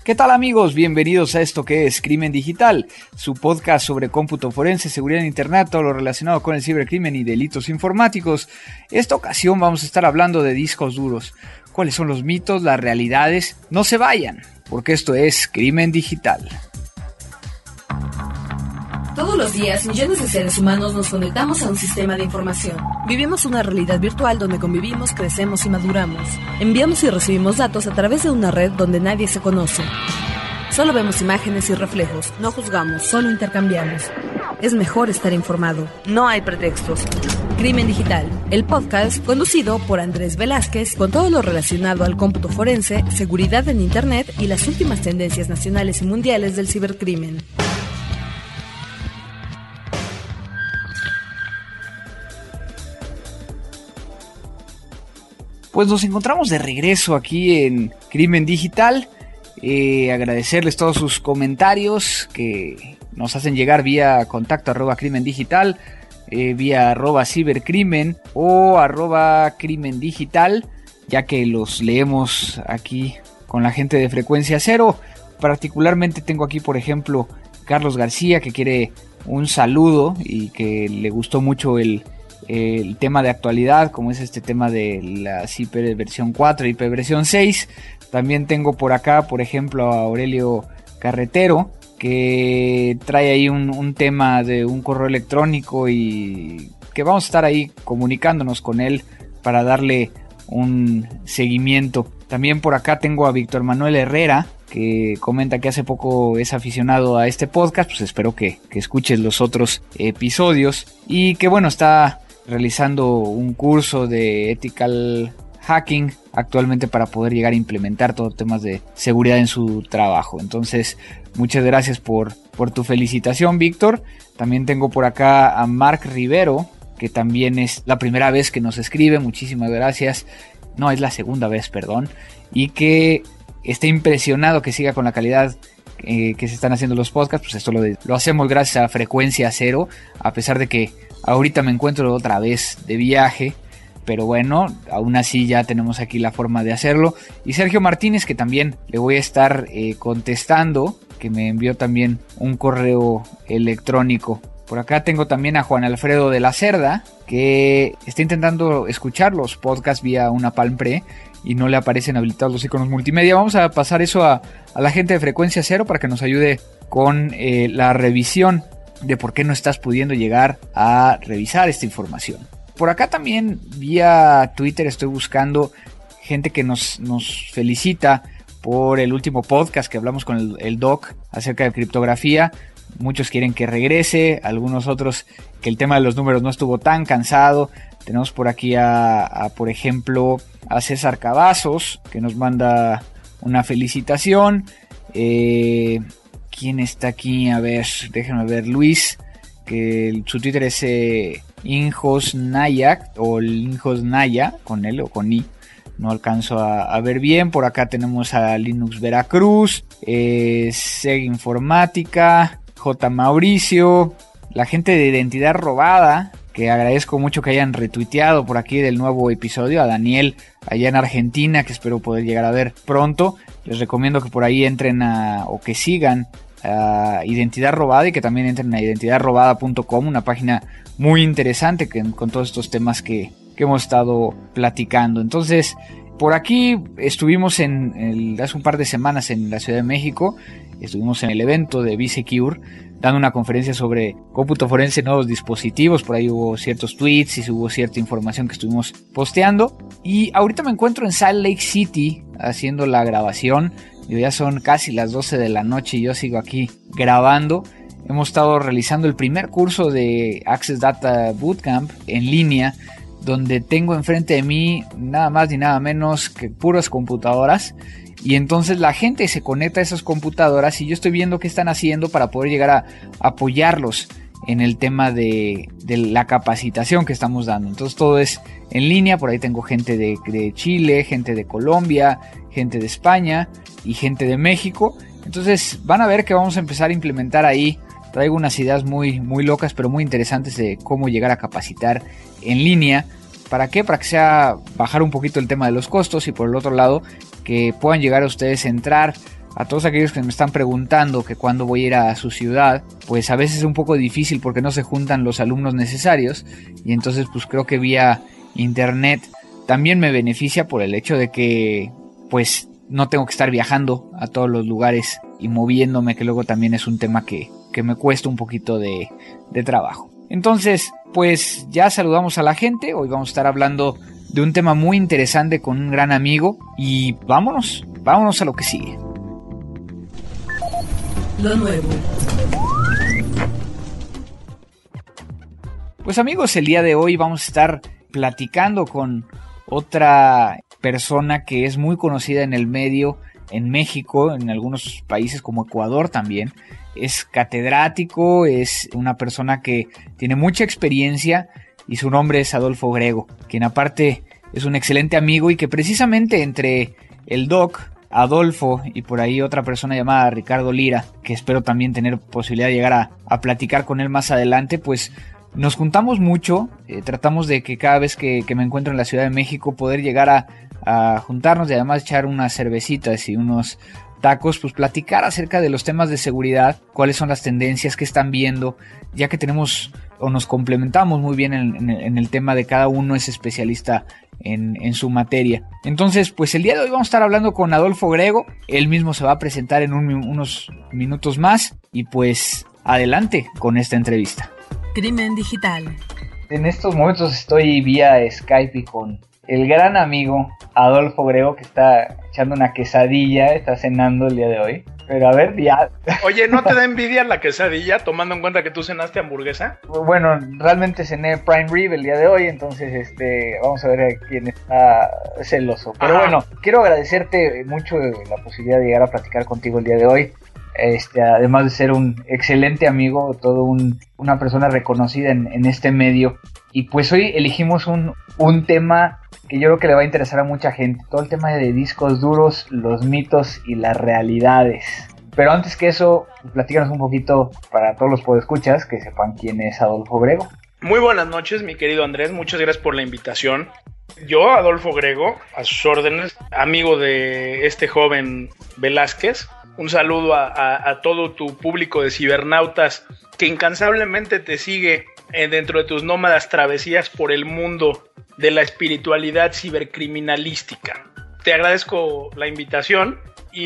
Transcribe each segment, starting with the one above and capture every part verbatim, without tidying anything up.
¿Qué tal amigos? Bienvenidos a esto que es Crimen Digital, su podcast sobre cómputo forense, seguridad en internet, todo lo relacionado con el cibercrimen y delitos informáticos. Esta ocasión vamos a estar hablando de discos duros. ¿Cuáles son los mitos, las realidades? No se vayan, porque esto es Crimen Digital. Todos los días, millones de seres humanos nos conectamos a un sistema de información. Vivimos una realidad virtual donde convivimos, crecemos y maduramos. Enviamos y recibimos datos a través de una red donde nadie se conoce. Solo vemos imágenes y reflejos, no juzgamos, solo intercambiamos. Es mejor estar informado, no hay pretextos. Crimen Digital, el podcast conducido por Andrés Velázquez con todo lo relacionado al cómputo forense, seguridad en internet y las últimas tendencias nacionales y mundiales del cibercrimen. Pues nos encontramos de regreso aquí en Crimen Digital. Eh, agradecerles todos sus comentarios que nos hacen llegar vía contacto arroba crimen digital, eh, vía arroba cibercrimen o arroba crimen digital, ya que los leemos aquí con la gente de Frecuencia Cero. Particularmente tengo aquí, por ejemplo, Carlos García, que quiere un saludo y que le gustó mucho el... el tema de actualidad, como es este tema de la I P versión cuatro y I P versión seis. También tengo por acá, por ejemplo, a Aurelio Carretero, que trae ahí un, un tema de un correo electrónico y que vamos a estar ahí comunicándonos con él para darle un seguimiento. También por acá tengo a Víctor Manuel Herrera, que comenta que hace poco es aficionado a este podcast, pues espero que, que escuches los otros episodios y que bueno, está realizando un curso de ethical hacking actualmente para poder llegar a implementar todos temas de seguridad en su trabajo. Entonces, muchas gracias por, por tu felicitación, Víctor. También tengo por acá a Mark Rivero, que también es la primera vez que nos escribe. Muchísimas gracias. No, es la segunda vez, perdón. Y que está impresionado que siga con la calidad eh, que se están haciendo los podcasts. Pues esto lo, de, lo hacemos gracias a Frecuencia Cero, a pesar de que ahorita me encuentro otra vez de viaje, pero bueno, aún así ya tenemos aquí la forma de hacerlo. Y Sergio Martínez, que también le voy a estar eh, contestando, que me envió también un correo electrónico. Por acá tengo también a Juan Alfredo de la Cerda, que está intentando escuchar los podcasts vía una Palm Pre y no le aparecen habilitados los iconos multimedia. Vamos a pasar eso a, a la gente de Frecuencia Cero para que nos ayude con eh, la revisión de por qué no estás pudiendo llegar a revisar esta información. Por acá también vía Twitter estoy buscando gente que nos, nos felicita por el último podcast que hablamos con el, el Doc acerca de criptografía. Muchos quieren que regrese, algunos otros que el tema de los números no estuvo tan cansado. Tenemos por aquí a, a por ejemplo, a César Cavazos, que nos manda una felicitación. Eh... ¿Quién está aquí? A ver, déjenme ver. Luis, que su Twitter es eh, Injosnaya o Injosnaya, con él o con I. No alcanzo a, a ver bien. Por acá tenemos a Linux Veracruz, eh, Seg Informática, J. Mauricio, la gente de Identidad Robada, que agradezco mucho que hayan retuiteado por aquí del nuevo episodio, a Daniel allá en Argentina, que espero poder llegar a ver pronto. Les recomiendo que por ahí entren a, o que sigan a Identidad Robada y que también entren a identidad robada punto com, una página muy interesante que, con todos estos temas que, que hemos estado platicando. Entonces, por aquí estuvimos en el, hace un par de semanas en la Ciudad de México, estuvimos en el evento de B-Secure, dando una conferencia sobre cómputo forense en nuevos dispositivos. Por ahí hubo ciertos tweets y hubo cierta información que estuvimos posteando. Y ahorita me encuentro en Salt Lake City haciendo la grabación. Yo ya son casi las doce de la noche y yo sigo aquí grabando. Hemos estado realizando el primer curso de Access Data Bootcamp en línea, donde tengo enfrente de mí nada más ni nada menos que puras computadoras. Y entonces la gente se conecta a esas computadoras y yo estoy viendo qué están haciendo para poder llegar a apoyarlos en el tema de, de la capacitación que estamos dando. Entonces todo es en línea. Por ahí tengo gente de, de Chile, gente de Colombia, gente de España y gente de México. Entonces van a ver que vamos a empezar a implementar ahí. Traigo unas ideas muy, muy locas pero muy interesantes de cómo llegar a capacitar en línea. ¿Para qué? Para que sea bajar un poquito el tema de los costos y por el otro lado que puedan llegar a ustedes a entrar a todos aquellos que me están preguntando que cuándo voy a ir a su ciudad, pues a veces es un poco difícil porque no se juntan los alumnos necesarios, y entonces pues creo que vía internet también me beneficia por el hecho de que pues no tengo que estar viajando a todos los lugares y moviéndome, que luego también es un tema que, que me cuesta un poquito de, de trabajo. Entonces, pues ya saludamos a la gente. Hoy vamos a estar hablando de un tema muy interesante con un gran amigo y vámonos, vámonos a lo que sigue. Lo nuevo. Pues amigos, el día de hoy vamos a estar platicando con otra persona que es muy conocida en el medio, en México, en algunos países como Ecuador también. Es catedrático, es una persona que tiene mucha experiencia y su nombre es Adolfo Grego, quien aparte es un excelente amigo y que precisamente entre el Doc, Adolfo y por ahí otra persona llamada Ricardo Lira, que espero también tener posibilidad de llegar a, a platicar con él más adelante, pues nos juntamos mucho, eh, tratamos de que cada vez que, que me encuentro en la Ciudad de México poder llegar a, a juntarnos y además echar unas cervecitas y unos tacos, pues platicar acerca de los temas de seguridad, cuáles son las tendencias que están viendo, ya que tenemos o nos complementamos muy bien en, en, en el tema de cada uno es especialista en, en su materia. Entonces, pues el día de hoy vamos a estar hablando con Adolfo Grego, él mismo se va a presentar en un, unos minutos más y pues adelante con esta entrevista. Crimen Digital. En estos momentos estoy vía Skype y con el gran amigo Adolfo Grego, que está echando una quesadilla, está cenando el día de hoy. Pero a ver, ya. Oye, ¿no te da envidia la quesadilla, tomando en cuenta que tú cenaste hamburguesa? Bueno, realmente cené prime rib el día de hoy, entonces este vamos a ver quién está celoso. Pero Ajá. Bueno, quiero agradecerte mucho la posibilidad de llegar a platicar contigo el día de hoy. Este, además de ser un excelente amigo, todo un, una persona reconocida en, en este medio. Y pues hoy elegimos un, un tema que yo creo que le va a interesar a mucha gente. Todo el tema de discos duros, los mitos y las realidades. Pero antes que eso, platícanos un poquito para todos los podescuchas que sepan quién es Adolfo Grego. Muy buenas noches, mi querido Andrés. Muchas gracias por la invitación. Yo, Adolfo Grego, a sus órdenes, amigo de este joven Velázquez. Un saludo a, a, a todo tu público de cibernautas que incansablemente te sigue eh, dentro de tus nómadas travesías por el mundo de la espiritualidad cibercriminalística. Te agradezco la invitación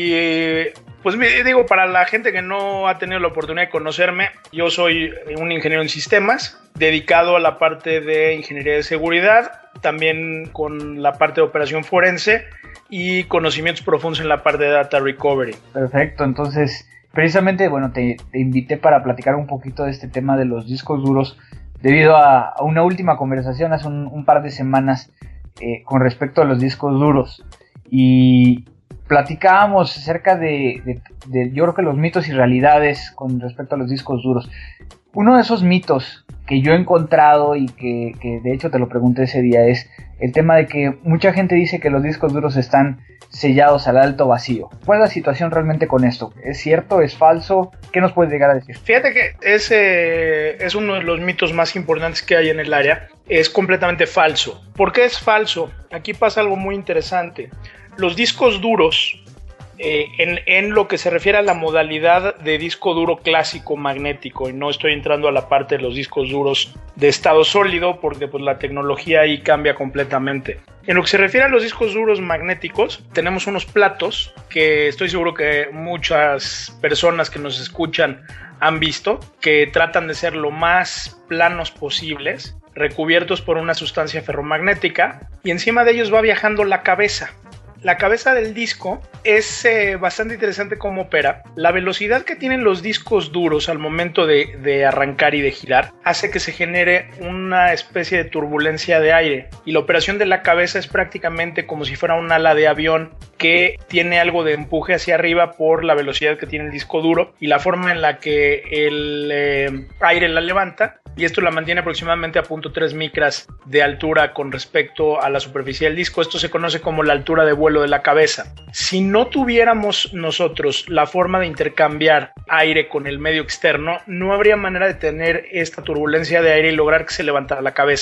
y pues digo, para la gente que no ha tenido la oportunidad de conocerme, yo soy un ingeniero en sistemas dedicado a la parte de ingeniería de seguridad, también con la parte de operación forense y conocimientos profundos en la parte de data recovery. Perfecto, entonces precisamente bueno te, te invité para platicar un poquito de este tema de los discos duros debido a, a una última conversación hace un, un par de semanas eh, con respecto a los discos duros y platicábamos acerca de, de, de yo creo que los mitos y realidades con respecto a los discos duros. Uno de esos mitos que yo he encontrado y que, que de hecho te lo pregunté ese día es el tema de que mucha gente dice que los discos duros están sellados al alto vacío. ¿Cuál es la situación realmente con esto? ¿Es cierto? ¿Es falso? ¿Qué nos puedes llegar a decir? Fíjate que ese es uno de los mitos más importantes que hay en el área. Es completamente falso. ¿Por qué es falso? Aquí pasa algo muy interesante. Los discos duros, eh, en, en lo que se refiere a la modalidad de disco duro clásico magnético, y no estoy entrando a la parte de los discos duros de estado sólido porque pues, la tecnología ahí cambia completamente. En lo que se refiere a los discos duros magnéticos, tenemos unos platos que estoy seguro que muchas personas que nos escuchan han visto, que tratan de ser lo más planos posibles, recubiertos por una sustancia ferromagnética, y encima de ellos va viajando la cabeza. La cabeza del disco es eh, bastante interesante cómo opera. La velocidad que tienen los discos duros al momento de, de arrancar y de girar hace que se genere una especie de turbulencia de aire, y la operación de la cabeza es prácticamente como si fuera un ala de avión que tiene algo de empuje hacia arriba por la velocidad que tiene el disco duro y la forma en la que el eh, aire la levanta, y esto la mantiene aproximadamente a cero punto tres micras de altura con respecto a la superficie del disco. Esto se conoce como la altura de vuelo de la cabeza. Si no tuviéramos nosotros la forma de intercambiar aire con el medio externo, no habría manera de tener esta turbulencia de aire y lograr que se levantara la cabeza.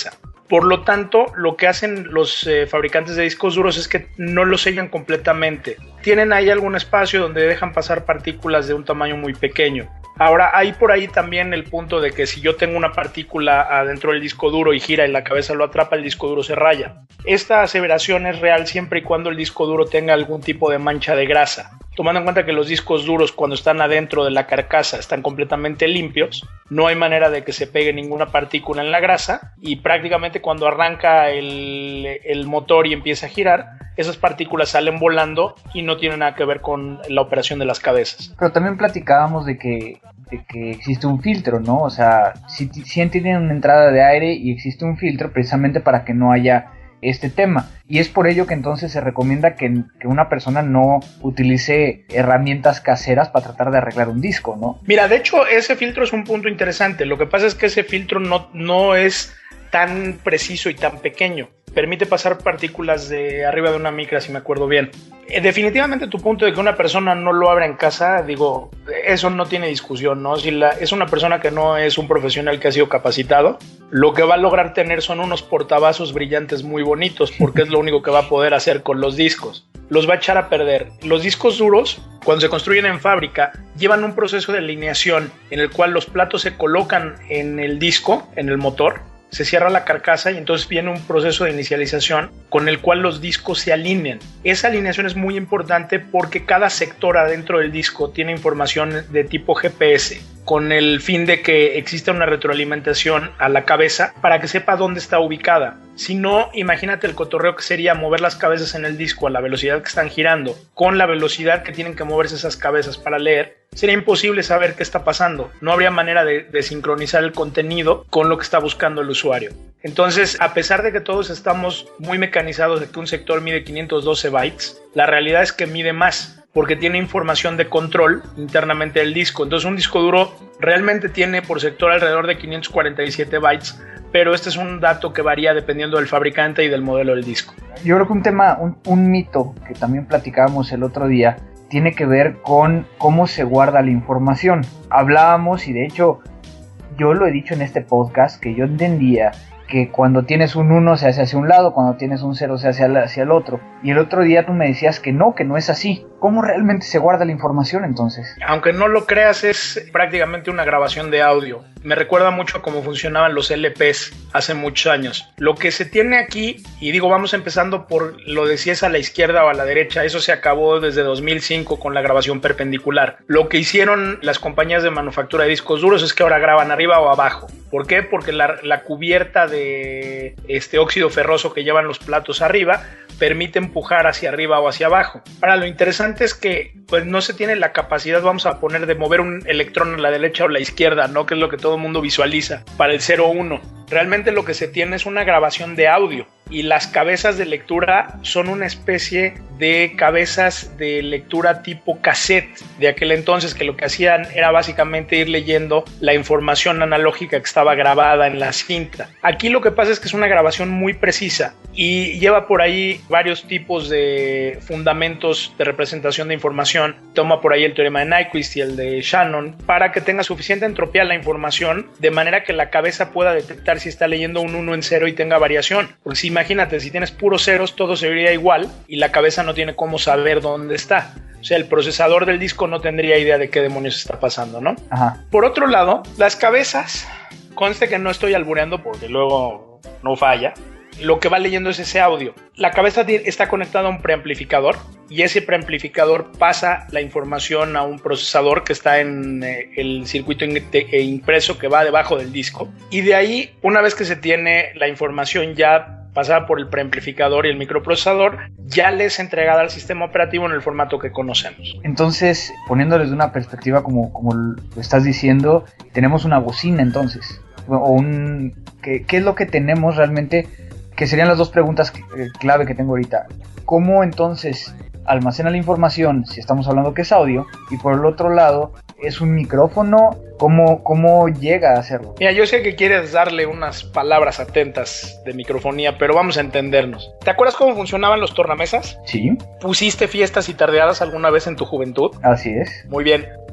Por lo tanto, lo que hacen los eh, fabricantes de discos duros es que no los sellan completamente. Tienen ahí algún espacio donde dejan pasar partículas de un tamaño muy pequeño. Ahora, hay por ahí también el punto de que si yo tengo una partícula adentro del disco duro y gira y la cabeza lo atrapa, el disco duro se raya. Esta aseveración es real siempre y cuando el disco duro tenga algún tipo de mancha de grasa. Tomando en cuenta que los discos duros, cuando están adentro de la carcasa, están completamente limpios, no hay manera de que se pegue ninguna partícula en la grasa, y prácticamente cuando arranca el, el motor y empieza a girar, esas partículas salen volando y no tienen nada que ver con la operación de las cabezas. Pero también platicábamos de que, de que existe un filtro, ¿no? O sea, si, si tienen una entrada de aire y existe un filtro precisamente para que no haya este tema, y es por ello que entonces se recomienda que, que una persona no utilice herramientas caseras para tratar de arreglar un disco, ¿no? Mira, de hecho ese filtro es un punto interesante. Lo que pasa es que ese filtro no, no es tan preciso y tan pequeño. Permite pasar partículas de arriba de una micra, si me acuerdo bien. Eh, definitivamente tu punto de que una persona no lo abra en casa, digo, eso no tiene discusión, ¿no? Si la, es una persona que no es un profesional que ha sido capacitado, lo que va a lograr tener son unos portavasos brillantes muy bonitos, porque es lo único que va a poder hacer con los discos. Los va a echar a perder. Los discos duros, cuando se construyen en fábrica, llevan un proceso de alineación en el cual los platos se colocan en el disco, en el motor, se cierra la carcasa y entonces viene un proceso de inicialización con el cual los discos se alinean. Esa alineación es muy importante porque cada sector adentro del disco tiene información de tipo G P S, con el fin de que exista una retroalimentación a la cabeza para que sepa dónde está ubicada. Si no, imagínate el cotorreo que sería mover las cabezas en el disco a la velocidad que están girando, con la velocidad que tienen que moverse esas cabezas para leer. Sería imposible saber qué está pasando. No habría manera de, de sincronizar el contenido con lo que está buscando el usuario. Entonces, a pesar de que todos estamos muy mecanizados de que un sector mide quinientos doce bytes, la realidad es que mide más, porque tiene información de control internamente del disco. Entonces un disco duro realmente tiene por sector alrededor de quinientos cuarenta y siete bytes, pero este es un dato que varía dependiendo del fabricante y del modelo del disco. Yo creo que un tema, un, un mito que también platicábamos el otro día, tiene que ver con cómo se guarda la información. Hablábamos, y de hecho yo lo he dicho en este podcast, que yo entendía que cuando tienes un uno se hace hacia un lado, cuando tienes un cero se hace hacia el otro. Y el otro día tú me decías que no, que no es así. ¿Cómo realmente se guarda la información entonces? Aunque no lo creas, es prácticamente una grabación de audio. Me recuerda mucho a cómo funcionaban los L Pes hace muchos años. Lo que se tiene aquí, y digo, vamos empezando por lo de si es a la izquierda o a la derecha, eso se acabó desde dos mil cinco con la grabación perpendicular. Lo que hicieron las compañías de manufactura de discos duros es que ahora graban arriba o abajo. ¿Por qué? Porque la, la cubierta de este óxido ferroso que llevan los platos arriba permite empujar hacia arriba o hacia abajo. Ahora, lo interesante es que pues no se tiene la capacidad, vamos a poner, de mover un electrón a la derecha o a la izquierda, ¿no? Que es lo que todo el mundo visualiza para el cero uno. Realmente lo que se tiene es una grabación de audio, y las cabezas de lectura son una especie de cabezas de lectura tipo cassette de aquel entonces, que lo que hacían era básicamente ir leyendo la información analógica que estaba grabada en la cinta. Aquí lo que pasa es que es una grabación muy precisa y lleva por ahí varios tipos de fundamentos de representación de información. Toma por ahí el teorema de Nyquist y el de Shannon para que tenga suficiente entropía la información, de manera que la cabeza pueda detectar si está leyendo un uno en cero y tenga variación. Porque si imagínate, si tienes puros ceros, todo se vería igual y la cabeza no tiene cómo saber dónde está. O sea, el procesador del disco no tendría idea de qué demonios está pasando, ¿no? Ajá. Por otro lado, las cabezas, conste que no estoy albureando porque luego no falla. Lo que va leyendo es ese audio. La cabeza está conectada a un preamplificador y ese preamplificador pasa la información a un procesador que está en eh, el circuito impreso que va debajo del disco. Y de ahí, una vez que se tiene la información ya pasada por el preamplificador y el microprocesador, ya le es entregada al sistema operativo en el formato que conocemos. Entonces, poniéndoles de una perspectiva como, como lo estás diciendo, tenemos una bocina entonces, o un... ¿qué, qué es lo que tenemos realmente? Que serían las dos preguntas clave que tengo ahorita. ¿Cómo entonces almacena la información si estamos hablando que es audio? Y por el otro lado, ¿es un micrófono? ¿Cómo, cómo llega a hacerlo? Mira, yo sé que quieres darle unas palabras atentas de microfonía, pero vamos a entendernos. ¿Te acuerdas cómo funcionaban los tornamesas? Sí. ¿Pusiste fiestas y tardeadas alguna vez en tu juventud? Así es. Muy bien.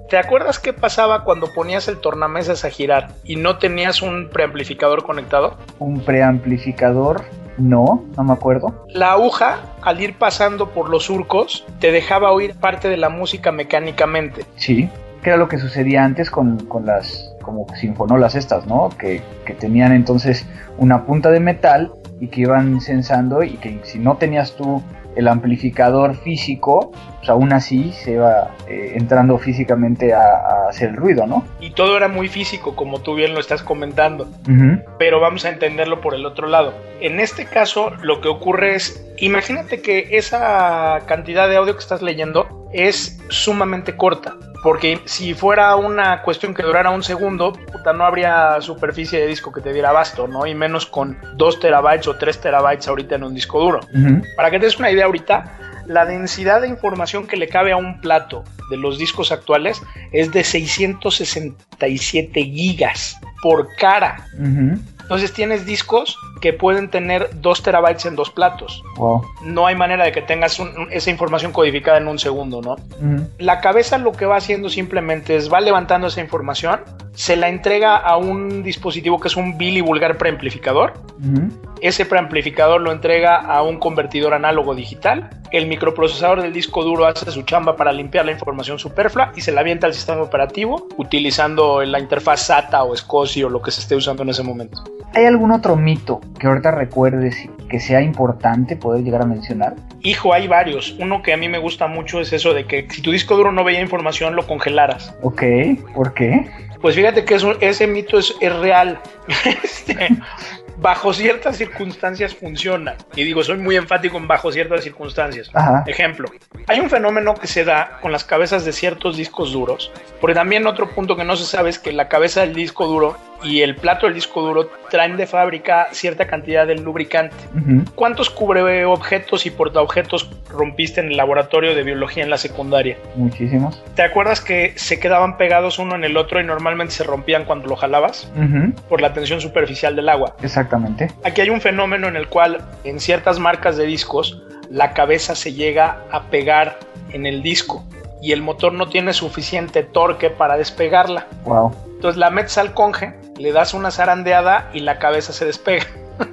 ¿Te acuerdas qué pasaba cuando ponías el tornamesas a girar y no tenías un preamplificador conectado? Un preamplificador, no, no me acuerdo. La aguja, al ir pasando por los surcos, te dejaba oír parte de la música mecánicamente. Sí, que era lo que sucedía antes con, con las como sinfonolas estas, ¿no? Que, que tenían entonces una punta de metal y que iban sensando, y que si no tenías tú el amplificador físico, pues aún así se iba eh, entrando físicamente a, a hacer el ruido, ¿no? Y todo era muy físico, como tú bien lo estás comentando. Uh-huh. Pero vamos a entenderlo por el otro lado. En este caso, lo que ocurre es, imagínate que esa cantidad de audio que estás leyendo es sumamente corta. Porque si fuera una cuestión que durara un segundo, puta, no habría superficie de disco que te diera abasto, ¿no? Y menos con dos terabytes o tres terabytes ahorita en un disco duro. Uh-huh. Para que te des una idea ahorita, la densidad de información que le cabe a un plato de los discos actuales es de seiscientos sesenta y siete gigas por cara. Uh-huh. Entonces tienes discos que pueden tener dos terabytes en dos platos. Wow. No hay manera de que tengas un, esa información codificada en un segundo, ¿no? Uh-huh. La cabeza lo que va haciendo simplemente es va levantando esa información, se la entrega a un dispositivo que es un vil y vulgar preamplificador. Uh-huh. Ese preamplificador lo entrega a un convertidor análogo digital. El microprocesador del disco duro hace su chamba para limpiar la información superflua y se la avienta al sistema operativo utilizando la interfaz SATA o SCSI o lo que se esté usando en ese momento. ¿Hay algún otro mito que ahorita recuerdes que sea importante poder llegar a mencionar? Hijo, hay varios. Uno que a mí me gusta mucho es eso de que si tu disco duro no veía información, lo congelaras. Ok, ¿por qué? Pues fíjate que eso, ese mito es, es real. este, bajo ciertas circunstancias funciona. Y digo, soy muy enfático en bajo ciertas circunstancias. Ajá. Ejemplo, hay un fenómeno que se da con las cabezas de ciertos discos duros. Porque también otro punto que no se sabe es que la cabeza del disco duro y el plato del disco duro traen de fábrica cierta cantidad de lubricante. Uh-huh. ¿Cuántos cubreobjetos y portaobjetos rompiste en el laboratorio de biología en la secundaria? Muchísimos. ¿Te acuerdas que se quedaban pegados uno en el otro y normalmente se rompían cuando lo jalabas? Uh-huh. Por la tensión superficial del agua. Exactamente. Aquí hay un fenómeno en el cual en ciertas marcas de discos la cabeza se llega a pegar en el disco y el motor no tiene suficiente torque para despegarla. Wow. Entonces la metes al conge, le das una zarandeada y la cabeza se despega.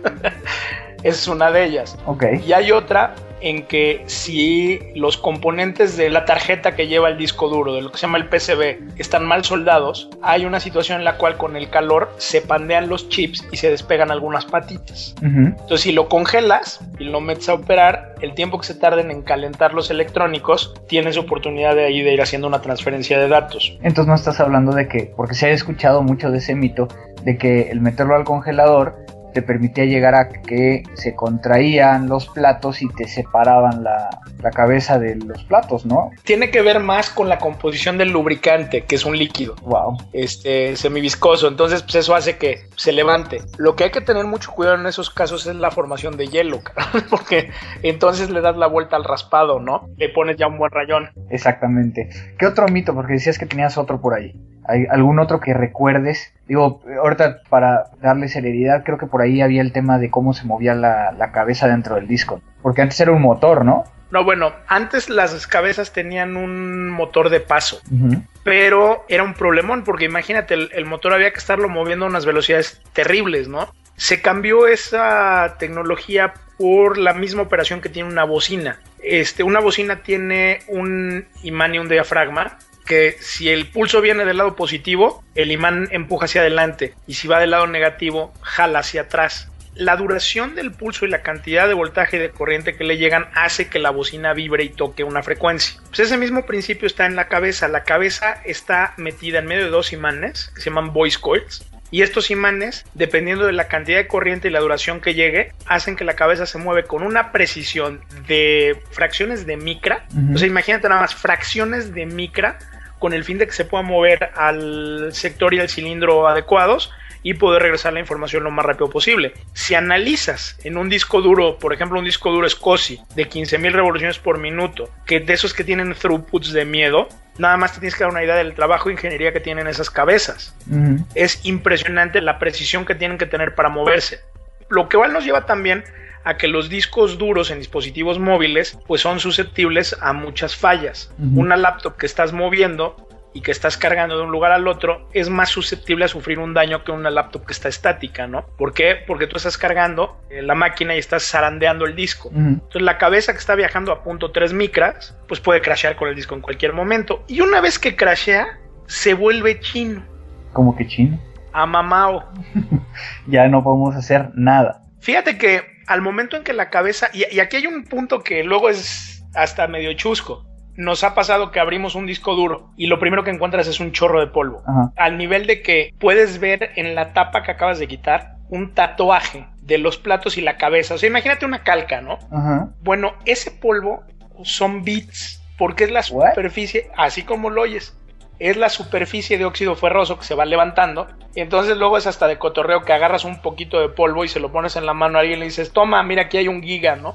Esa es una de ellas. Okay. Y hay otra en que si los componentes de la tarjeta que lleva el disco duro, de lo que se llama el P C B, están mal soldados, hay una situación en la cual con el calor se pandean los chips y se despegan algunas patitas. Uh-huh. Entonces si lo congelas y lo metes a operar, el tiempo que se tarden en calentar los electrónicos, tienes oportunidad de ahí de ir haciendo una transferencia de datos. Entonces no estás hablando de que, porque se ha escuchado mucho de ese mito, de que el meterlo al congelador te permitía llegar a que se contraían los platos y te separaban la, la cabeza de los platos, ¿no? Tiene que ver más con la composición del lubricante, que es un líquido. Wow. Este, semiviscoso. Entonces, pues eso hace que se levante. Lo que hay que tener mucho cuidado en esos casos es la formación de hielo, porque entonces le das la vuelta al raspado, ¿no? Le pones ya un buen rayón. Exactamente. ¿Qué otro mito? Porque decías que tenías otro por ahí. ¿Hay algún otro que recuerdes? Digo, ahorita para darle celeridad, creo que por ahí había el tema de cómo se movía la, la cabeza dentro del disco. Porque antes era un motor, ¿no? No, bueno, antes las cabezas tenían un motor de paso, uh-huh. pero era un problemón porque imagínate, el, el motor había que estarlo moviendo a unas velocidades terribles, ¿no? Se cambió esa tecnología por la misma operación que tiene una bocina. Este, una bocina tiene un imán y un diafragma, que si el pulso viene del lado positivo, el imán empuja hacia adelante y si va del lado negativo, jala hacia atrás. La duración del pulso y la cantidad de voltaje y de corriente que le llegan hace que la bocina vibre y toque una frecuencia. Pues ese mismo principio está en la cabeza. La cabeza está metida en medio de dos imanes que se llaman voice coils. Y estos imanes, dependiendo de la cantidad de corriente y la duración que llegue, hacen que la cabeza se mueve con una precisión de fracciones de micra. Uh-huh. O sea, imagínate nada más, fracciones de micra con el fin de que se pueda mover al sector y al cilindro adecuados y poder regresar la información lo más rápido posible. Si analizas en un disco duro, por ejemplo un disco duro SCSI de quince mil revoluciones por minuto, que de esos que tienen throughputs de miedo, nada más te tienes que dar una idea del trabajo de ingeniería que tienen esas cabezas. Uh-huh. Es impresionante la precisión que tienen que tener para moverse. Lo que igual nos lleva también a que los discos duros en dispositivos móviles pues son susceptibles a muchas fallas. Uh-huh. Una laptop que estás moviendo y que estás cargando de un lugar al otro, es más susceptible a sufrir un daño que una laptop que está estática, ¿no? ¿Por qué? Porque tú estás cargando eh, la máquina y estás zarandeando el disco. Uh-huh. Entonces la cabeza que está viajando a punto tres micras, pues puede crashear con el disco en cualquier momento. Y una vez que crashea, se vuelve chino. ¿Cómo que chino? Amamao. Ya no podemos hacer nada. Fíjate que al momento en que la cabeza, y, y aquí hay un punto que luego es hasta medio chusco. Nos ha pasado que abrimos un disco duro y lo primero que encuentras es un chorro de polvo. Ajá. Al nivel de que puedes ver en la tapa que acabas de quitar un tatuaje de los platos y la cabeza. O sea, imagínate una calca, ¿no? Ajá. Bueno, ese polvo son bits porque es la superficie, ¿What? Así como lo oyes, es la superficie de óxido ferroso que se va levantando. Y entonces luego es hasta de cotorreo que agarras un poquito de polvo y se lo pones en la mano a alguien y le dices, toma, mira, aquí hay un giga, ¿no?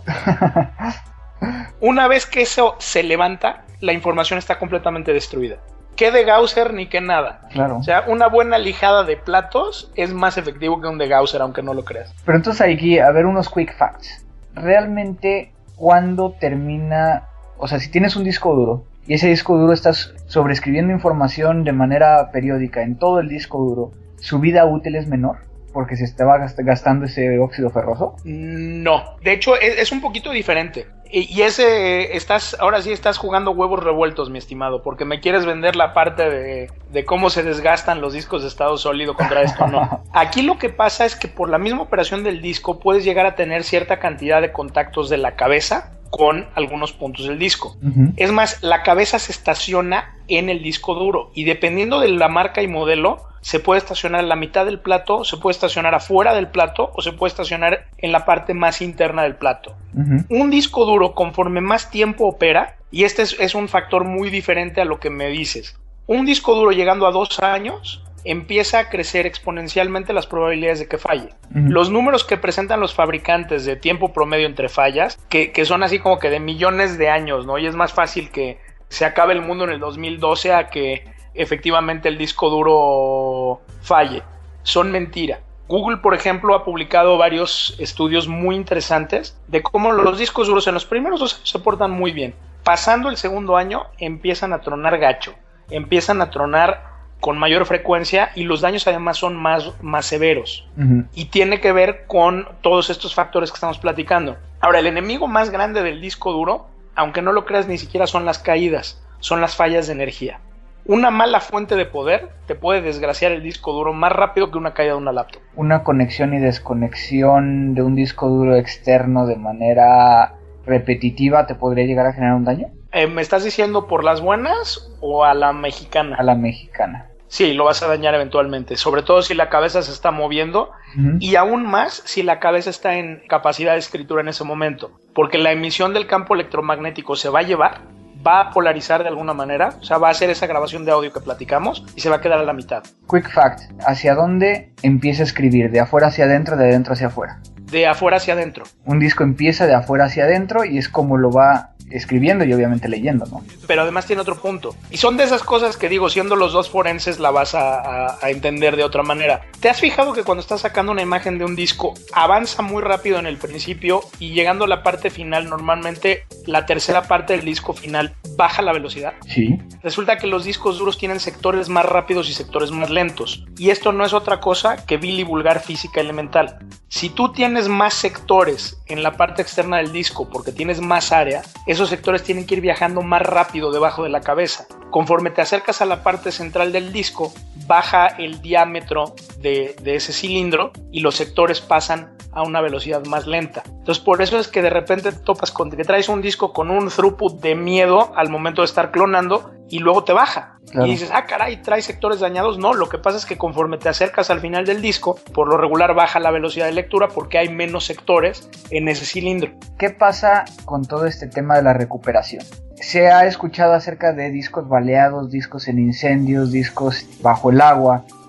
Una vez que eso se levanta, la información está completamente destruida. ¿Qué de Gausser ni qué nada? Claro. O sea, una buena lijada de platos es más efectivo que un de Gausser, aunque no lo creas. Pero entonces aquí, a ver, unos quick facts. Realmente, ¿cuándo termina? O sea, si tienes un disco duro y ese disco duro estás sobreescribiendo información de manera periódica en todo el disco duro, ¿su vida útil es menor? Porque se estaba gastando ese óxido ferroso. No, de hecho es, es un poquito diferente. Y, y ese, estás, ahora sí estás jugando huevos revueltos, mi estimado, porque me quieres vender la parte de, de cómo se desgastan los discos de estado sólido contra esto, no. Aquí lo que pasa es que por la misma operación del disco puedes llegar a tener cierta cantidad de contactos de la cabeza con algunos puntos del disco. Uh-huh. Es más, la cabeza se estaciona en el disco duro y dependiendo de la marca y modelo, se puede estacionar en la mitad del plato, se puede estacionar afuera del plato o se puede estacionar en la parte más interna del plato. Uh-huh. Un disco duro, conforme más tiempo opera, y este es, es un factor muy diferente a lo que me dices, un disco duro llegando a dos años empieza a crecer exponencialmente las probabilidades de que falle. Uh-huh. Los números que presentan los fabricantes de tiempo promedio entre fallas, que, que son así como que de millones de años, ¿no? Y es más fácil que se acabe el mundo en el dos mil doce a que efectivamente el disco duro falle. Son mentira. Google, por ejemplo, ha publicado varios estudios muy interesantes de cómo los discos duros en los primeros dos años se portan muy bien. Pasando el segundo año empiezan a tronar gacho, empiezan a tronar con mayor frecuencia y los daños además son más, más severos. Uh-huh. Y tiene que ver con todos estos factores que estamos platicando. Ahora, el enemigo más grande del disco duro, aunque no lo creas, ni siquiera son las caídas, son las fallas de energía. Una mala fuente de poder te puede desgraciar el disco duro más rápido que una caída de una laptop. ¿Una conexión y desconexión de un disco duro externo de manera repetitiva te podría llegar a generar un daño? Eh, ¿Me estás diciendo por las buenas o a la mexicana? A la mexicana. Sí, lo vas a dañar eventualmente, sobre todo si la cabeza se está moviendo uh-huh. y aún más si la cabeza está en capacidad de escritura en ese momento, porque la emisión del campo electromagnético se va a llevar, va a polarizar de alguna manera, o sea, va a hacer esa grabación de audio que platicamos y se va a quedar a la mitad. Quick fact, ¿hacia dónde empieza a escribir? ¿De afuera hacia adentro, de adentro hacia afuera? De afuera hacia adentro. Un disco empieza de afuera hacia adentro y es como lo va escribiendo y obviamente leyendo, ¿no? Pero además tiene otro punto. Y son de esas cosas que digo, siendo los dos forenses la vas a, a, a entender de otra manera. ¿Te has fijado que cuando estás sacando una imagen de un disco avanza muy rápido en el principio y llegando a la parte final, normalmente la tercera parte del disco final baja la velocidad? Sí. Resulta que los discos duros tienen sectores más rápidos y sectores más lentos. Y esto no es otra cosa que vil y vulgar física elemental. Si tú tienes más sectores en la parte externa del disco porque tienes más área, esos sectores tienen que ir viajando más rápido debajo de la cabeza. Conforme te acercas a la parte central del disco, baja el diámetro de, de ese cilindro y los sectores pasan a una velocidad más lenta. Entonces por eso es que de repente te topas con que traes un disco con un throughput de miedo al momento de estar clonando y luego te baja. Claro. Y dices, ah caray, ¿trae sectores dañados? No, lo que pasa es que conforme te acercas al final del disco, por lo regular baja la velocidad de lectura porque hay menos sectores en ese cilindro. ¿Qué pasa con todo este tema de la recuperación? Se ha escuchado acerca de discos baleados, discos en incendios, discos bajo el agua.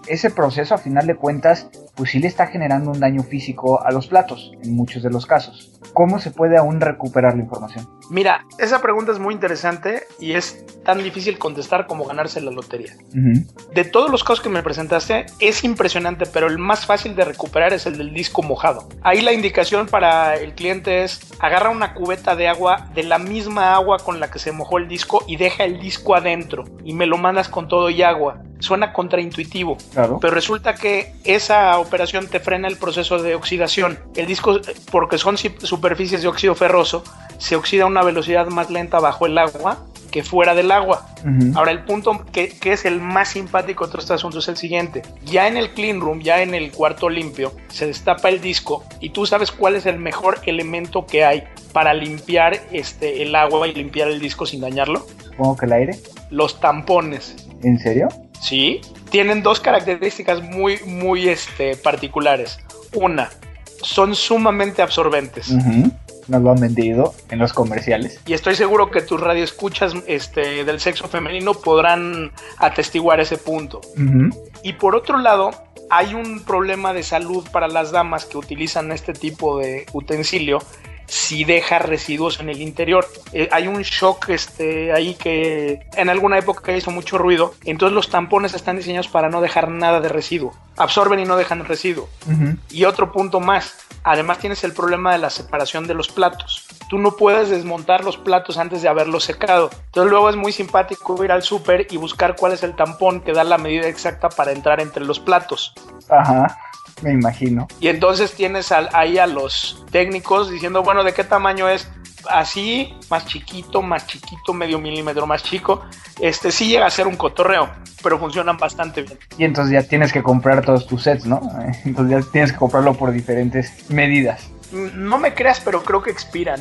ese proceso a final de cuentas pues sí le está generando un daño físico a los platos en muchos de los casos. ¿Cómo se puede aún recuperar la información? Mira, esa pregunta es muy interesante y es tan difícil contestar como ganarse la lotería. Uh-huh. De todos los casos que me presentaste, es impresionante, pero el más fácil de recuperar es el del disco mojado. Ahí la indicación para el cliente es: agarra una cubeta de agua, de la misma agua con la que se mojó el disco, y deja el disco adentro y me lo mandas con todo y agua. Suena contraintuitivo, claro, pero resulta que esa operación te frena el proceso de oxidación. El disco, porque son superficies de óxido ferroso, se oxida a una velocidad más lenta bajo el agua que fuera del agua. Uh-huh. Ahora, el punto que, que es el más simpático de todo este asunto es el siguiente: ya en el clean room, ya en el cuarto limpio, se destapa el disco y tú sabes cuál es el mejor elemento que hay para limpiar este, el agua y limpiar el disco sin dañarlo. ¿Supongo que el aire? Los tampones. ¿En serio? Sí, tienen dos características muy, muy este, particulares. Una, son sumamente absorbentes. Uh-huh. Nos lo han vendido en los comerciales. Y estoy seguro que tus radioescuchas este, del sexo femenino podrán atestiguar ese punto. Uh-huh. Y por otro lado, hay un problema de salud para las damas que utilizan este tipo de utensilio si deja residuos en el interior. Eh, hay un shock este, ahí que en alguna época hizo mucho ruido. Entonces los tampones están diseñados para no dejar nada de residuo. Absorben y no dejan residuo. Uh-huh. Y otro punto más: además tienes el problema de la separación de los platos. Tú no puedes desmontar los platos antes de haberlos secado. Entonces luego es muy simpático ir al súper y buscar cuál es el tampón que da la medida exacta para entrar entre los platos. Ajá. Me imagino. Y entonces tienes al, ahí a los técnicos diciendo, bueno, ¿de qué tamaño es? Así, más chiquito, más chiquito, medio milímetro más chico. Este sí llega a ser un cotorreo, pero funcionan bastante bien. Y entonces ya tienes que comprar todos tus sets, ¿no? Entonces ya tienes que comprarlo por diferentes medidas. No me creas, pero creo que expiran.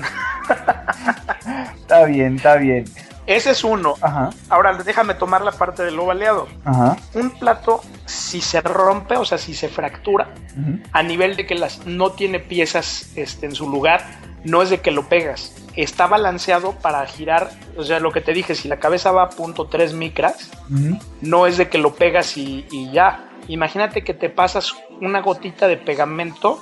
Está bien, está bien. Ese es uno. Ajá. Ahora déjame tomar la parte de lo baleado. Ajá. Un plato, si se rompe, o sea, si se fractura, uh-huh, a nivel de que las no tiene piezas este, en su lugar, no es de que lo pegas. Está balanceado para girar, o sea, lo que te dije, si la cabeza va a punto tres micras, uh-huh, no es de que lo pegas y, y ya. Imagínate que te pasas una gotita de pegamento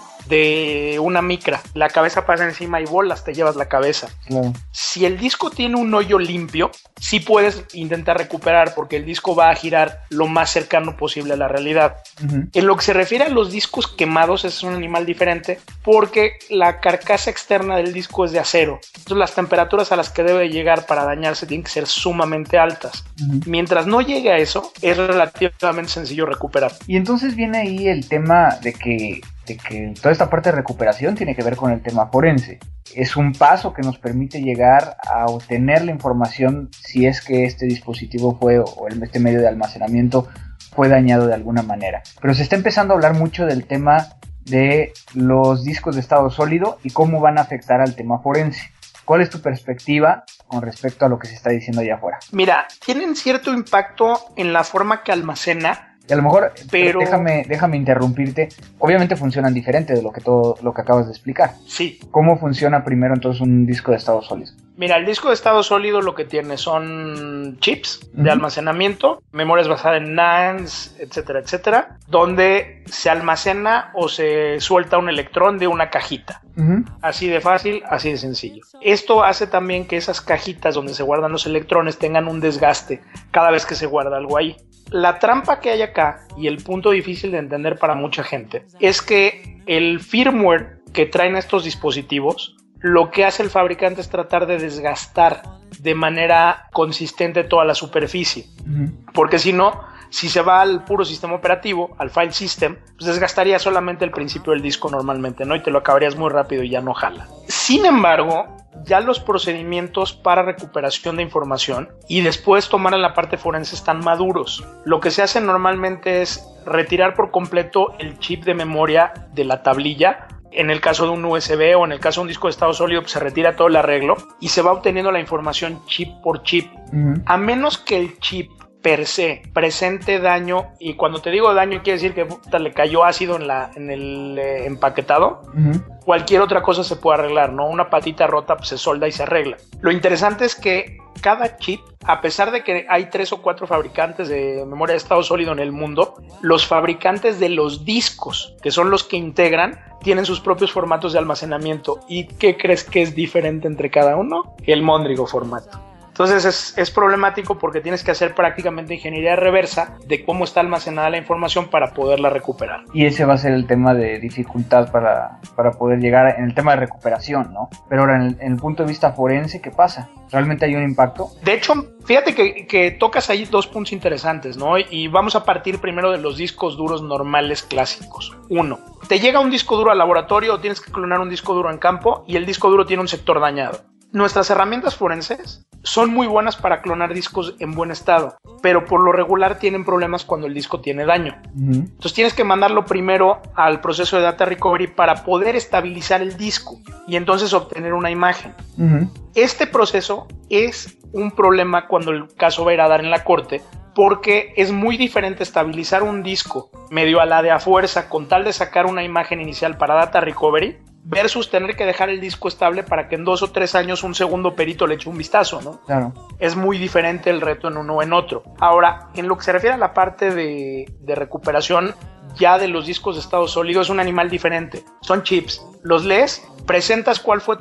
de una micra, la cabeza pasa encima y bolas, te llevas la cabeza. Claro. Si el disco tiene un hoyo limpio, sí puedes intentar recuperar, porque el disco va a girar lo más cercano posible a la realidad. Uh-huh. En lo que se refiere a los discos quemados, es un animal diferente, porque la carcasa externa del disco es de acero. Entonces las temperaturas a las que debe llegar para dañarse tienen que ser sumamente altas. Uh-huh. Mientras no llegue a eso, es relativamente sencillo recuperar. Y entonces viene ahí el tema de que de que toda esta parte de recuperación tiene que ver con el tema forense. Es un paso que nos permite llegar a obtener la información si es que este dispositivo fue, o este medio de almacenamiento fue dañado de alguna manera. Pero se está empezando a hablar mucho del tema de los discos de estado sólido y cómo van a afectar al tema forense. ¿Cuál es tu perspectiva con respecto a lo que se está diciendo allá afuera? Mira, tienen cierto impacto en la forma que almacena. Y a lo mejor, pero déjame, déjame interrumpirte, obviamente funcionan diferente de lo que todo lo que acabas de explicar. Sí. ¿Cómo funciona primero entonces un disco de estado sólido? Mira, el disco de estado sólido lo que tiene son chips uh-huh, de almacenamiento, memorias basadas en NANDs, etcétera, etcétera, donde se almacena o se suelta un electrón de una cajita. Uh-huh. Así de fácil, así de sencillo. Esto hace también que esas cajitas donde se guardan los electrones tengan un desgaste cada vez que se guarda algo ahí. La trampa que hay acá, y el punto difícil de entender para mucha gente, es que el firmware que traen estos dispositivos, lo que hace el fabricante es tratar de desgastar de manera consistente toda la superficie. Uh-huh. Porque si no, si se va al puro sistema operativo, al file system, pues desgastaría solamente el principio del disco normalmente, ¿no? Y te lo acabarías muy rápido y ya no jala. Sin embargo, ya los procedimientos para recuperación de información y después tomar en la parte forense están maduros. Lo que se hace normalmente es retirar por completo el chip de memoria de la tablilla. En el caso de un U S B o en el caso de un disco de estado sólido, pues se retira todo el arreglo y se va obteniendo la información chip por chip. Uh-huh. A menos que el chip per se presente daño, y cuando te digo daño quiere decir que puta, le cayó ácido en, la, en el eh, empaquetado, uh-huh, cualquier otra cosa se puede arreglar, ¿no? Una patita rota pues, se solda y se arregla. Lo interesante es que cada chip, a pesar de que hay tres o cuatro fabricantes de memoria de estado sólido en el mundo, los fabricantes de los discos, que son los que integran, tienen sus propios formatos de almacenamiento. ¿Y qué crees que es diferente entre cada uno? El Mondrigo formato. Entonces es, es problemático porque tienes que hacer prácticamente ingeniería reversa de cómo está almacenada la información para poderla recuperar. Y ese va a ser el tema de dificultad para, para poder llegar en el tema de recuperación, ¿no? Pero ahora en el, en el punto de vista forense, ¿qué pasa? ¿Realmente hay un impacto? De hecho, fíjate que, que tocas ahí dos puntos interesantes, ¿no? Y vamos a partir primero de los discos duros normales clásicos. Uno, te llega un disco duro al laboratorio o tienes que clonar un disco duro en campo y el disco duro tiene un sector dañado. Nuestras herramientas forenses son muy buenas para clonar discos en buen estado, pero por lo regular tienen problemas cuando el disco tiene daño. Uh-huh. Entonces tienes que mandarlo primero al proceso de data recovery para poder estabilizar el disco y entonces obtener una imagen. Uh-huh. Este proceso es un problema cuando el caso va a ir a dar en la corte, porque es muy diferente estabilizar un disco medio a la de a fuerza con tal de sacar una imagen inicial para data recovery versus tener que dejar el disco estable para que en dos o tres años un segundo perito le eche un vistazo, ¿no? Claro. Es muy diferente el reto en uno o en otro. Ahora, en lo que se refiere a la parte de, de recuperación ya de los discos de estado sólido, es un animal diferente. Son chips. Los lees, presentas cuál fue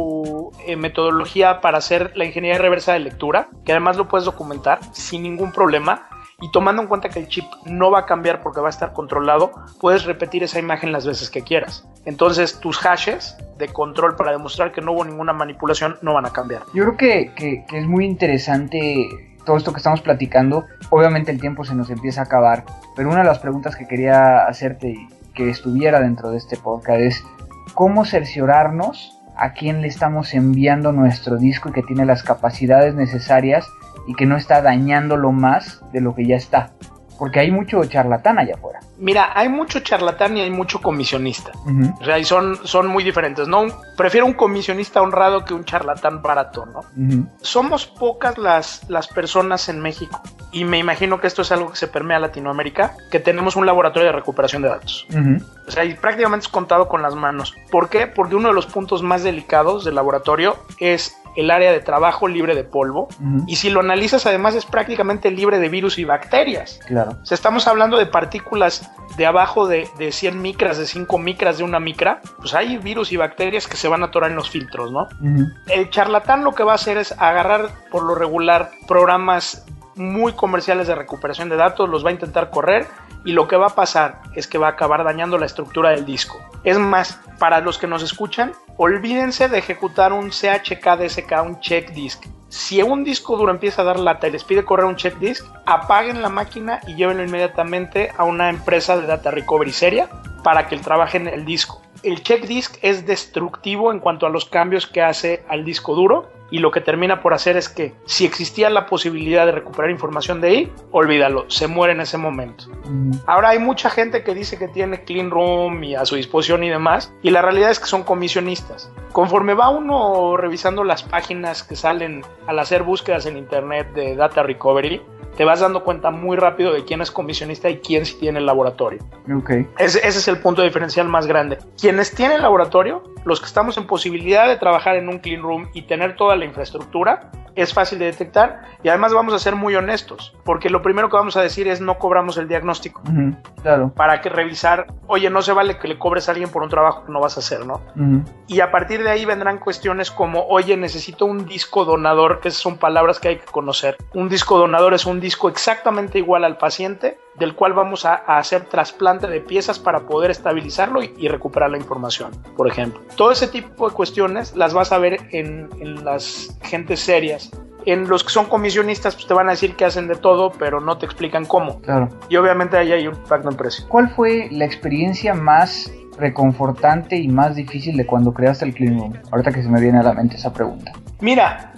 tu eh, metodología para hacer la ingeniería reversa de lectura, que además lo puedes documentar sin ningún problema. Y tomando en cuenta que el chip no va a cambiar porque va a estar controlado, puedes repetir esa imagen las veces que quieras. Entonces tus hashes de control para demostrar que no hubo ninguna manipulación no van a cambiar. Yo creo que, que, que es muy interesante todo esto que estamos platicando. Obviamente el tiempo se nos empieza a acabar, pero una de las preguntas que quería hacerte y que estuviera dentro de este podcast es ¿cómo cerciorarnos a quién le estamos enviando nuestro disco y que tiene las capacidades necesarias y que no está dañándolo más de lo que ya está? Porque hay mucho charlatán allá afuera. Mira, hay mucho charlatán y hay mucho comisionista. Uh-huh. O sea, y son, son muy diferentes, ¿no? Prefiero un comisionista honrado que un charlatán barato, ¿no? Uh-huh. Somos pocas las, las personas en México, y me imagino que esto es algo que se permea a Latinoamérica, que tenemos un laboratorio de recuperación de datos. Uh-huh. O sea, y prácticamente es contado con las manos. ¿Por qué? Porque uno de los puntos más delicados del laboratorio es el área de trabajo libre de polvo, uh-huh. y si lo analizas además es prácticamente libre de virus y bacterias. Claro. O sea, estamos hablando de partículas de abajo de, de cien micras, de cinco micras, de una micra, pues hay virus y bacterias que se van a atorar en los filtros, ¿no? Uh-huh. El charlatán lo que va a hacer es agarrar por lo regular programas muy comerciales de recuperación de datos, los va a intentar correr y lo que va a pasar es que va a acabar dañando la estructura del disco. Es más, para los que nos escuchan, olvídense de ejecutar un C H K D S K, un check disk. Si un disco duro empieza a dar lata y les pide correr un check disk, apaguen la máquina y llévenlo inmediatamente a una empresa de data recovery seria para que trabajen el disco. El check disk es destructivo en cuanto a los cambios que hace al disco duro, y lo que termina por hacer es que si existía la posibilidad de recuperar información de ahí, olvídalo, se muere en ese momento. Mm. Ahora hay mucha gente que dice que tiene clean room y a su disposición y demás, y la realidad es que son comisionistas. Conforme va uno revisando las páginas que salen al hacer búsquedas en internet de data recovery, te vas dando cuenta muy rápido de quién es comisionista y quién sí tiene el laboratorio. Okay. Ese, ese es el punto diferencial más grande. Quienes tienen laboratorio, los que estamos en posibilidad de trabajar en un clean room y tener toda la infraestructura, es fácil de detectar, y además vamos a ser muy honestos, porque lo primero que vamos a decir es no cobramos el diagnóstico. Uh-huh, claro. Para que revisar, oye, no se vale que le cobres a alguien por un trabajo que no vas a hacer, ¿no? Uh-huh. Y a partir de ahí vendrán cuestiones como, oye, necesito un disco donador, que esas son palabras que hay que conocer. Un disco donador es un disco exactamente igual al paciente, del cual vamos a, a hacer trasplante de piezas para poder estabilizarlo y, y recuperar la información, por ejemplo. Todo ese tipo de cuestiones las vas a ver en, en las gentes serias. En los que son comisionistas, pues te van a decir que hacen de todo, pero no te explican cómo. Claro. Y obviamente ahí hay un impacto en precio. ¿Cuál fue la experiencia más reconfortante y más difícil de cuando creaste el Clean Room? Ahorita que se me viene a la mente esa pregunta. Mira,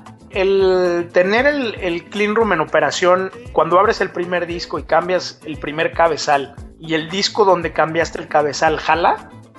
el tener el, el Clean Room en operación, cuando abres el primer disco y cambias el primer cabezal y el disco donde cambiaste el cabezal jala,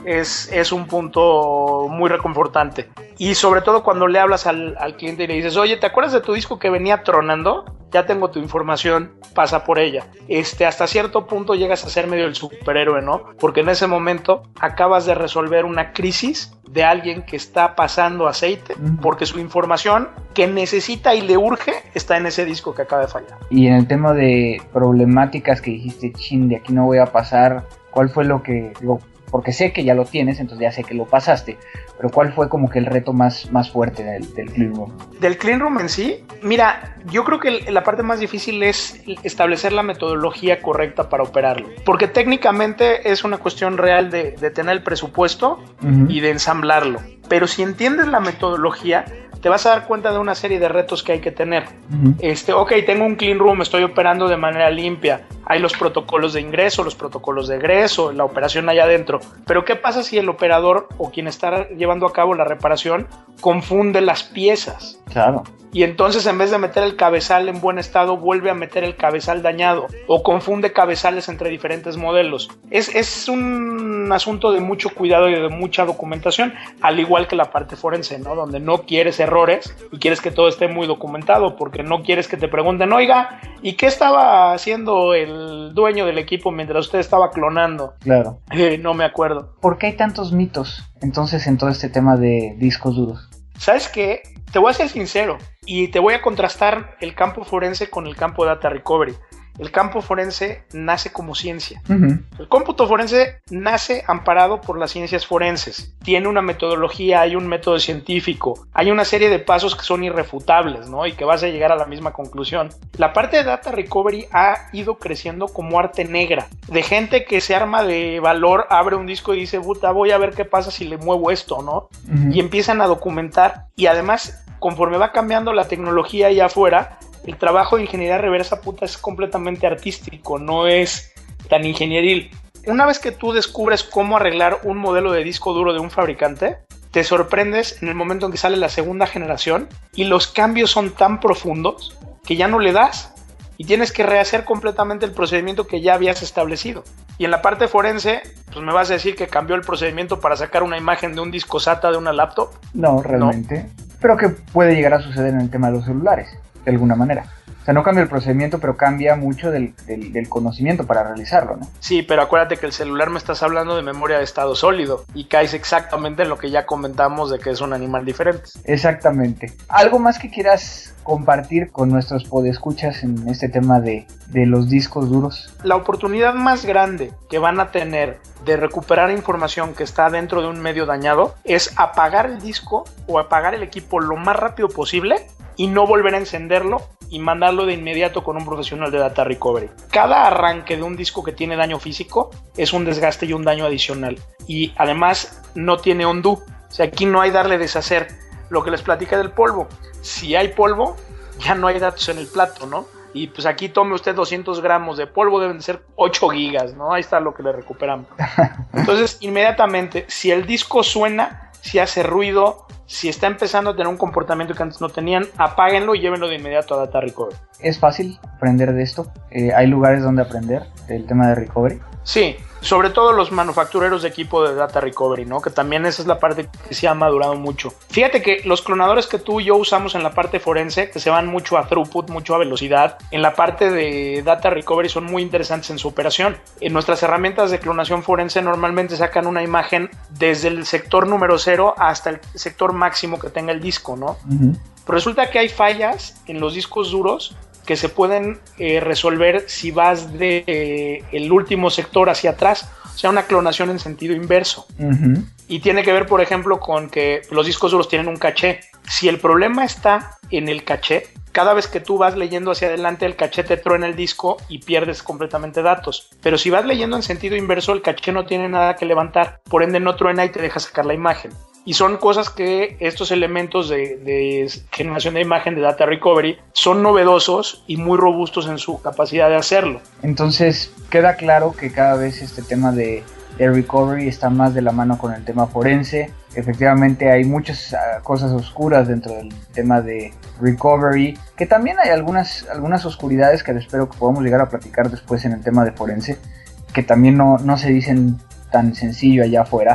es, es un punto muy reconfortante. Y sobre todo cuando le hablas al, al cliente y le dices, oye, ¿te acuerdas de tu disco que venía tronando? Ya tengo tu información, pasa por ella. Este, hasta cierto punto llegas a ser medio el superhéroe, ¿no? Porque en ese momento acabas de resolver una crisis de alguien que está pasando aceite, porque su información que necesita y le urge está en ese disco que acaba de fallar. Y en el tema de problemáticas que dijiste, chin, de aquí no voy a pasar, ¿cuál fue lo que, digo, porque sé que ya lo tienes, entonces ya sé que lo pasaste, pero ¿cuál fue como que el reto más, más fuerte del, del Clean Room? Del Clean Room en sí, mira, yo creo que la parte más difícil es establecer la metodología correcta para operarlo, porque técnicamente es una cuestión real de, de tener el presupuesto uh-huh. y de ensamblarlo, pero si entiendes la metodología, te vas a dar cuenta de una serie de retos que hay que tener. Uh-huh. Este, ok, tengo un clean room, estoy operando de manera limpia, hay los protocolos de ingreso, los protocolos de egreso, la operación allá adentro, pero ¿qué pasa si el operador o quien está llevando a cabo la reparación confunde las piezas? Claro. Y entonces en vez de meter el cabezal en buen estado, vuelve a meter el cabezal dañado o confunde cabezales entre diferentes modelos. Es, es un asunto de mucho cuidado y de mucha documentación, al igual que la parte forense, ¿no? Donde no quieres errores y quieres que todo esté muy documentado, porque no quieres que te pregunten, oiga, ¿y qué estaba haciendo el dueño del equipo mientras usted estaba clonando? Claro. Eh, no me acuerdo. ¿Por qué hay tantos mitos entonces en todo este tema de discos duros? ¿Sabes qué? Te voy a ser sincero y te voy a contrastar el campo forense con el campo Data Recovery. El campo forense nace como ciencia. Uh-huh. El cómputo forense nace amparado por las ciencias forenses. Tiene una metodología, hay un método científico, hay una serie de pasos que son irrefutables, ¿no? Y que vas a llegar a la misma conclusión. La parte de Data Recovery ha ido creciendo como arte negra, de gente que se arma de valor, abre un disco y dice, puta, voy a ver qué pasa si le muevo esto, ¿no? Uh-huh. Y empiezan a documentar, y además, conforme va cambiando la tecnología allá afuera, el trabajo de ingeniería reversa, puta, es completamente artístico, no es tan ingenieril. Una vez que tú descubres cómo arreglar un modelo de disco duro de un fabricante, te sorprendes en el momento en que sale la segunda generación y los cambios son tan profundos que ya no le das y tienes que rehacer completamente el procedimiento que ya habías establecido. Y en la parte forense, pues me vas a decir que cambió el procedimiento para sacar una imagen de un disco SATA de una laptop. No, realmente. No. Pero que puede llegar a suceder en el tema de los celulares, de alguna manera. O sea, no cambia el procedimiento, pero cambia mucho del, del, del conocimiento para realizarlo, ¿no? Sí, pero acuérdate que el celular me estás hablando de memoria de estado sólido y caes exactamente en lo que ya comentamos de que es un animal diferente. Exactamente. ¿Algo más que quieras compartir con nuestros podescuchas en este tema de, de los discos duros? La oportunidad más grande que van a tener de recuperar información que está dentro de un medio dañado es apagar el disco o apagar el equipo lo más rápido posible y no volver a encenderlo y mandarlo de inmediato con un profesional de Data Recovery. Cada arranque de un disco que tiene daño físico es un desgaste y un daño adicional. Y además no tiene undo. O sea, aquí no hay darle deshacer. Lo que les platicé del polvo. Si hay polvo, ya no hay datos en el plato, ¿no? Y pues aquí tome usted doscientos gramos de polvo, deben de ser ocho gigas, ¿no? Ahí está lo que le recuperamos. Entonces, inmediatamente, si el disco suena, si hace ruido, si está empezando a tener un comportamiento que antes no tenían, apáguenlo y llévenlo de inmediato a Data Recovery. ¿Es fácil aprender de esto? Eh, ¿Hay lugares donde aprender del tema de recovery? Sí, sobre todo los manufactureros de equipo de Data Recovery, ¿no? Que también esa es la parte que se ha madurado mucho. Fíjate que los clonadores que tú y yo usamos en la parte forense, que se van mucho a throughput, mucho a velocidad, en la parte de Data Recovery son muy interesantes en su operación. En nuestras herramientas de clonación forense normalmente sacan una imagen desde el sector número cero hasta el sector máximo que tenga el disco, ¿no? Uh-huh. Pero resulta que hay fallas en los discos duros que se pueden eh, resolver si vas de eh, el último sector hacia atrás, o sea, una clonación en sentido inverso. Uh-huh. Y tiene que ver, por ejemplo, con que los discos duros tienen un caché. Si el problema está en el caché, cada vez que tú vas leyendo hacia adelante, el caché te truena el disco y pierdes completamente datos. Pero si vas leyendo en sentido inverso, el caché no tiene nada que levantar, por ende no truena y te deja sacar la imagen. Y son cosas que estos elementos de, de generación de imagen de Data Recovery son novedosos y muy robustos en su capacidad de hacerlo. Entonces queda claro que cada vez este tema de, de recovery está más de la mano con el tema forense. Efectivamente hay muchas uh, cosas oscuras dentro del tema de recovery, que también hay algunas, algunas oscuridades que espero que podamos llegar a platicar después en el tema de forense, que también no, no se dicen tan sencillo allá afuera.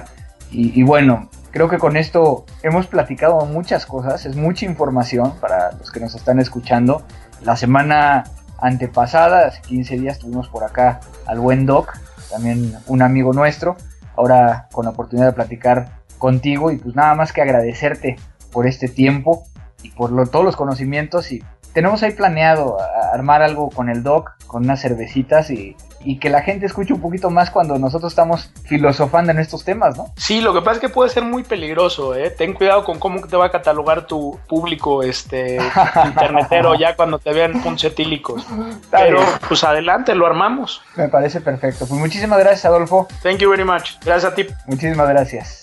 Y, y bueno, creo que con esto hemos platicado muchas cosas, es mucha información para los que nos están escuchando. La semana antepasada, hace quince días, tuvimos por acá al buen Doc, también un amigo nuestro, ahora con la oportunidad de platicar contigo, y pues nada más que agradecerte por este tiempo y por lo, todos los conocimientos. Y tenemos ahí planeado a, a armar algo con el Doc, con unas cervecitas, y, y que la gente escuche un poquito más cuando nosotros estamos filosofando en estos temas, ¿no? Sí, lo que pasa es que puede ser muy peligroso, ¿eh? Ten cuidado con cómo te va a catalogar tu público este internetero ya cuando te vean puncetílicos. Pero pues adelante, lo armamos. Me parece perfecto. Pues muchísimas gracias, Adolfo. Thank you very much. Gracias a ti. Muchísimas gracias.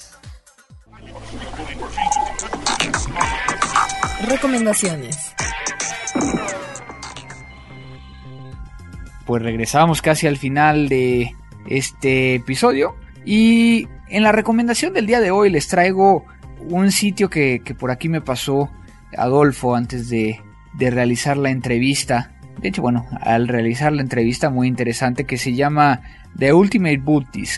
Recomendaciones. Pues regresamos casi al final de este episodio, y en la recomendación del día de hoy les traigo un sitio que, que por aquí me pasó Adolfo antes de, de realizar la entrevista. De hecho, bueno, al realizar la entrevista muy interesante, que se llama The Ultimate Boot Disc.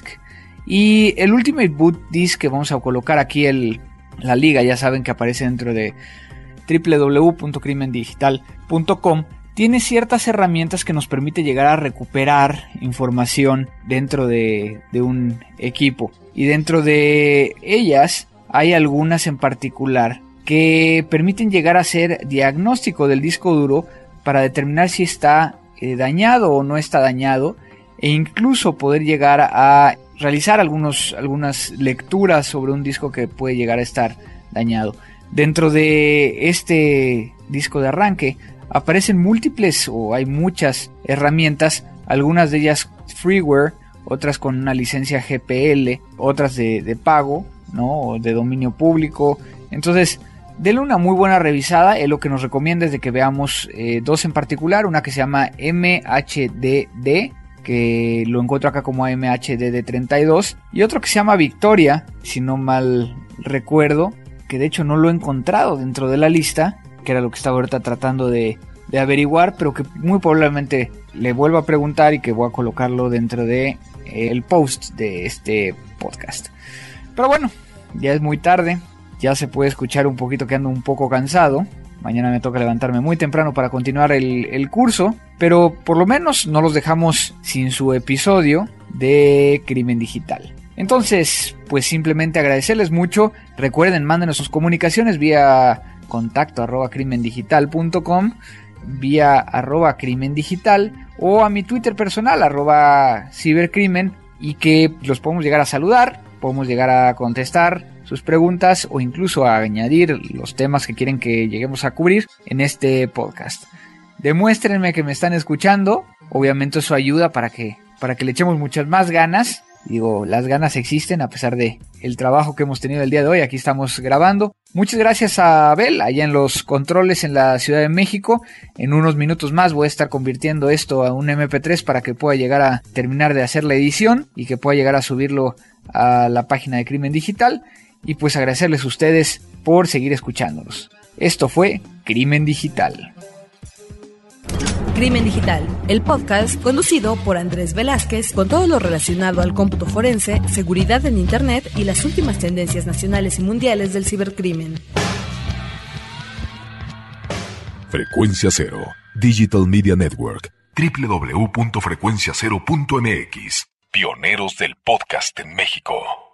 Y el Ultimate Boot Disc, que vamos a colocar aquí el, la liga, ya saben que aparece dentro de doble u doble u doble u punto crimen digital punto com, tiene ciertas herramientas que nos permite llegar a recuperar información dentro de, de un equipo. Y dentro de ellas hay algunas en particular que permiten llegar a hacer diagnóstico del disco duro para determinar si está eh, dañado o no está dañado, e incluso poder llegar a realizar algunos, algunas lecturas sobre un disco que puede llegar a estar dañado. Dentro de este disco de arranque aparecen múltiples, o hay muchas herramientas, algunas de ellas freeware, otras con una licencia G P L, otras de, de pago, ¿no? De dominio público. Entonces, denle una muy buena revisada. Él lo que nos recomienda es de que veamos eh, dos en particular, una que se llama M H D D, que lo encuentro acá como M H D D treinta y dos, y otro que se llama Victoria, si no mal recuerdo, que de hecho no lo he encontrado dentro de la lista, que era lo que estaba ahorita tratando de, de averiguar, pero que muy probablemente le vuelvo a preguntar y que voy a colocarlo dentro de eh, el post de este podcast. Pero bueno, ya es muy tarde, ya se puede escuchar un poquito que ando un poco cansado. Mañana me toca levantarme muy temprano para continuar el, el curso, pero por lo menos no los dejamos sin su episodio de Crimen Digital. Entonces, pues simplemente agradecerles mucho. Recuerden, mándenos sus comunicaciones vía contacto arroba crimen digital punto com, vía arroba crimen digital, o a mi Twitter personal arroba cibercrimen, y que los podemos llegar a saludar, podemos llegar a contestar sus preguntas o incluso a añadir los temas que quieren que lleguemos a cubrir en este podcast. Demuéstrenme que me están escuchando. Obviamente eso ayuda para que, para que le echemos muchas más ganas. Digo, las ganas existen a pesar de el trabajo que hemos tenido el día de hoy. Aquí estamos grabando. Muchas gracias a Abel, allá en los controles en la Ciudad de México. En unos minutos más voy a estar convirtiendo esto a un eme pe tres para que pueda llegar a terminar de hacer la edición y que pueda llegar a subirlo a la página de Crimen Digital. Y pues agradecerles a ustedes por seguir escuchándonos. Esto fue Crimen Digital. Crimen Digital, el podcast conducido por Andrés Velázquez, con todo lo relacionado al cómputo forense, seguridad en Internet y las últimas tendencias nacionales y mundiales del cibercrimen. Frecuencia Cero, Digital Media Network, doble u doble u doble u punto frecuencia cero punto eme equis, pioneros del podcast en México.